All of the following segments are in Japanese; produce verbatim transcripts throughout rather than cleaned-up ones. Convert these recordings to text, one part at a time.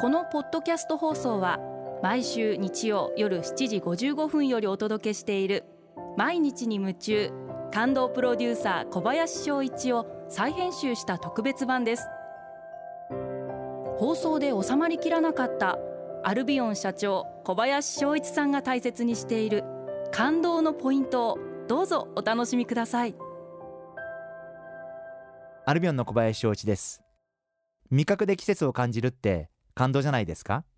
このポッドキャスト放送は毎週日曜夜しちじごじゅうごふんよりお届けしている毎日に夢中感動プロデューサー小林翔一を再編集した特別版です。放送で収まりきらなかったアルビオン社長小林翔一さんが大切にしている感動のポイントをどうぞお楽しみください。 アルビオンの小林翔一です。味覚で季節を感じるって感動じゃないですか？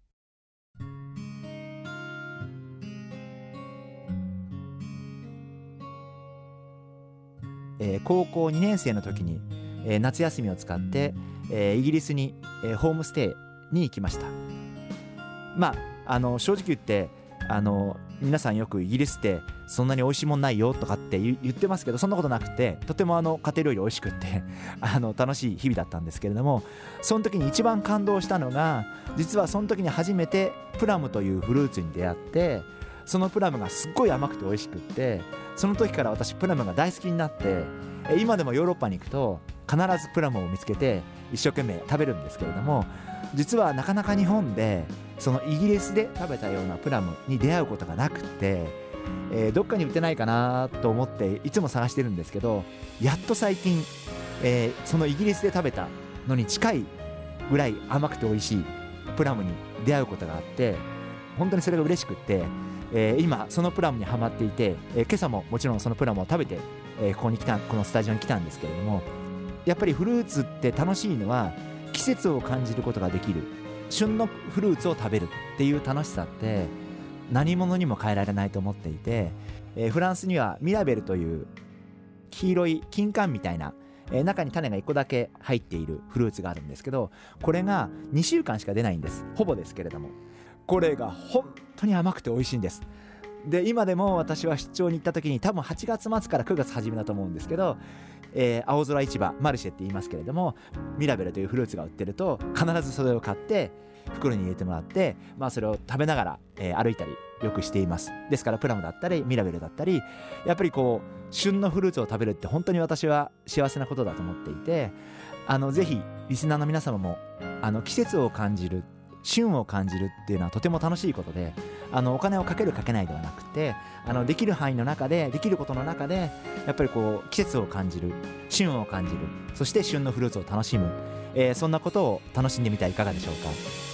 えー、高校にねん生の時に、えー、夏休みを使って、えー、イギリスに、えー、ホームステイに行きました。まあ、あの正直言ってあの皆さんよくイギリスってそんなに美味しいもんないよとかって言ってますけど、そんなことなくてとてもあの家庭料理美味しくってあの楽しい日々だったんですけれども、その時に一番感動したのが、実はその時に初めてプラムというフルーツに出会って、そのプラムがすっごい甘くて美味しくって、その時から私プラムが大好きになって、今でもヨーロッパに行くと必ずプラムを見つけて一生懸命食べるんですけれども、実はなかなか日本でそのイギリスで食べたようなプラムに出会うことがなくて、えー、どっかに売ってないかなと思っていつも探してるんですけど、やっと最近、えー、そのイギリスで食べたのに近いぐらい甘くて美味しいプラムに出会うことがあって、本当にそれが嬉しくって、えー、今そのプラムにハマっていて、えー、今朝ももちろんそのプラムを食べて、えー、ここに来たこのスタジオに来たんですけれども、やっぱりフルーツって楽しいのは季節を感じることができる、旬のフルーツを食べるっていう楽しさって何物にも変えられないと思っていて、えー、フランスにはミラベルという黄色い金柑みたいな、えー、中に種がいっこだけ入っているフルーツがあるんですけど、これがにしゅうかんしか出ないんです。ほぼですけれども、これが本当に甘くて美味しいんです。で今でも私は出張に行った時に、多分はちがつ末からくがつ初めだと思うんですけど、えー、青空市場マルシェって言いますけれども、ミラベルというフルーツが売ってると必ずそれを買って袋に入れてもらって、まあ、それを食べながら、えー、歩いたりよくしています。ですからプラムだったりミラベルだったり、やっぱりこう旬のフルーツを食べるって本当に私は幸せなことだと思っていて、あのぜひリスナーの皆様もあの季節を感じる、旬を感じるっていうのはとても楽しいことで、あのお金をかけるかけないではなくて、あのできる範囲の中でできることの中でやっぱりこう季節を感じる、旬を感じる、そして旬のフルーツを楽しむ、えー、そんなことを楽しんでみてはいかがでしょうか。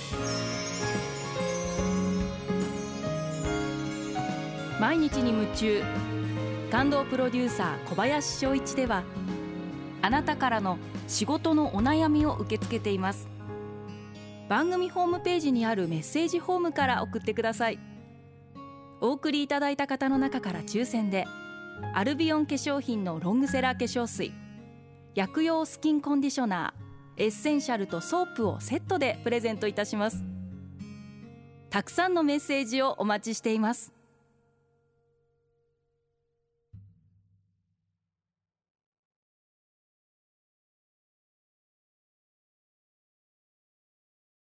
毎日に夢中感動プロデューサー小林翔一では、あなたからの仕事のお悩みを受け付けています。番組ホームページにあるメッセージフォームから送ってください。お送りいただいた方の中から抽選でアルビオン化粧品のロングセラー化粧水、薬用スキンコンディショナー、エッセンシャルとソープをセットでプレゼントいたします。たくさんのメッセージをお待ちしています。